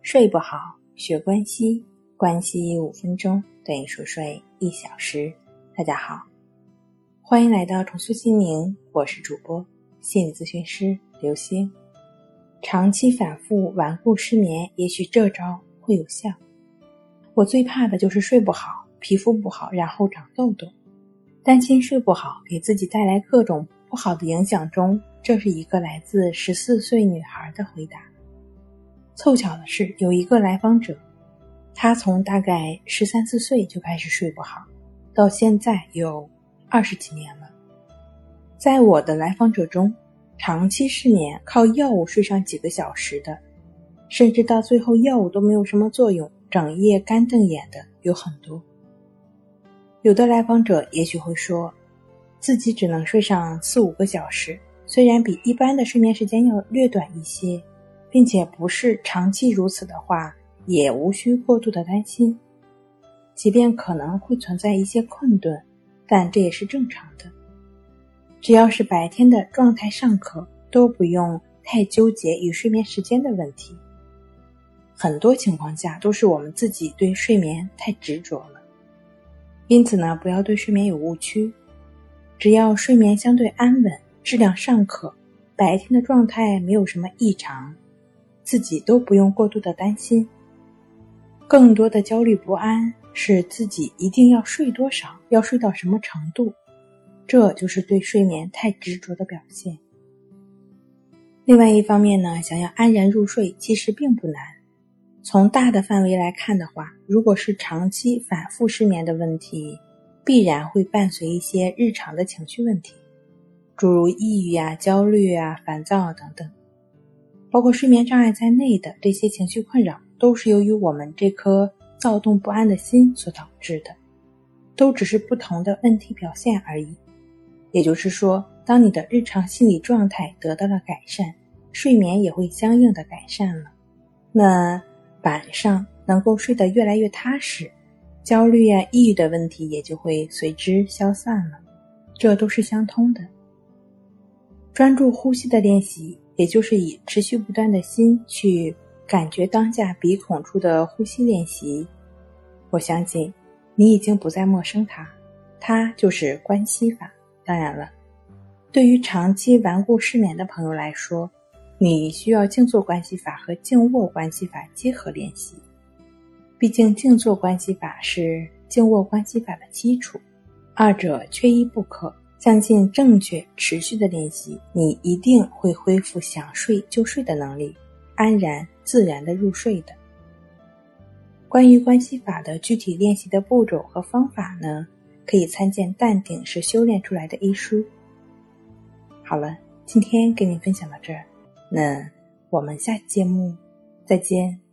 睡不好，学关系，关系5分钟等于熟睡1小时。大家好，欢迎来到重塑心灵，我是主播心理咨询师刘星。长期反复顽固失眠，也许这招会有效。我最怕的就是睡不好，皮肤不好，然后长痘痘。担心睡不好给自己带来各种不好的影响中，这是一个来自14岁女孩的回答。凑巧的是，有一个来访者，他从大概13、14岁就开始睡不好，到现在有20几年了。在我的来访者中，长期失眠靠药物睡上几个小时的，甚至到最后药物都没有什么作用，整夜干瞪眼的有很多。有的来访者也许会说，自己只能睡上4、5个小时，虽然比一般的睡眠时间要略短一些，并且不是长期如此的话，也无需过度的担心。即便可能会存在一些困顿，但这也是正常的。只要是白天的状态尚可，都不用太纠结与睡眠时间的问题。很多情况下都是我们自己对睡眠太执着了。因此呢，不要对睡眠有误区。只要睡眠相对安稳，质量尚可，白天的状态没有什么异常，自己都不用过度的担心。更多的焦虑不安是自己一定要睡多少，要睡到什么程度，这就是对睡眠太执着的表现。另外一方面呢，想要安然入睡其实并不难。从大的范围来看的话，如果是长期反复失眠的问题，必然会伴随一些日常的情绪问题，诸如抑郁啊、焦虑啊、烦躁等等。包括睡眠障碍在内的这些情绪困扰，都是由于我们这颗躁动不安的心所导致的，都只是不同的问题表现而已。也就是说，当你的日常心理状态得到了改善，睡眠也会相应的改善了。那晚上能够睡得越来越踏实，焦虑啊、抑郁的问题也就会随之消散了，这都是相通的。专注呼吸的练习，也就是以持续不断的心去感觉当下鼻孔处的呼吸练习，我相信你已经不再陌生它就是关系法。当然了，对于长期顽固失眠的朋友来说，你需要静坐关系法和静卧关系法结合练习。毕竟静坐关系法是静卧关系法的基础，二者缺一不可。相信正确持续的练习，你一定会恢复想睡就睡的能力，安然自然的入睡的。关于关系法的具体练习的步骤和方法呢，可以参见《淡定是修炼出来的》一书。好了，今天跟您分享到这儿，那我们下期节目再见。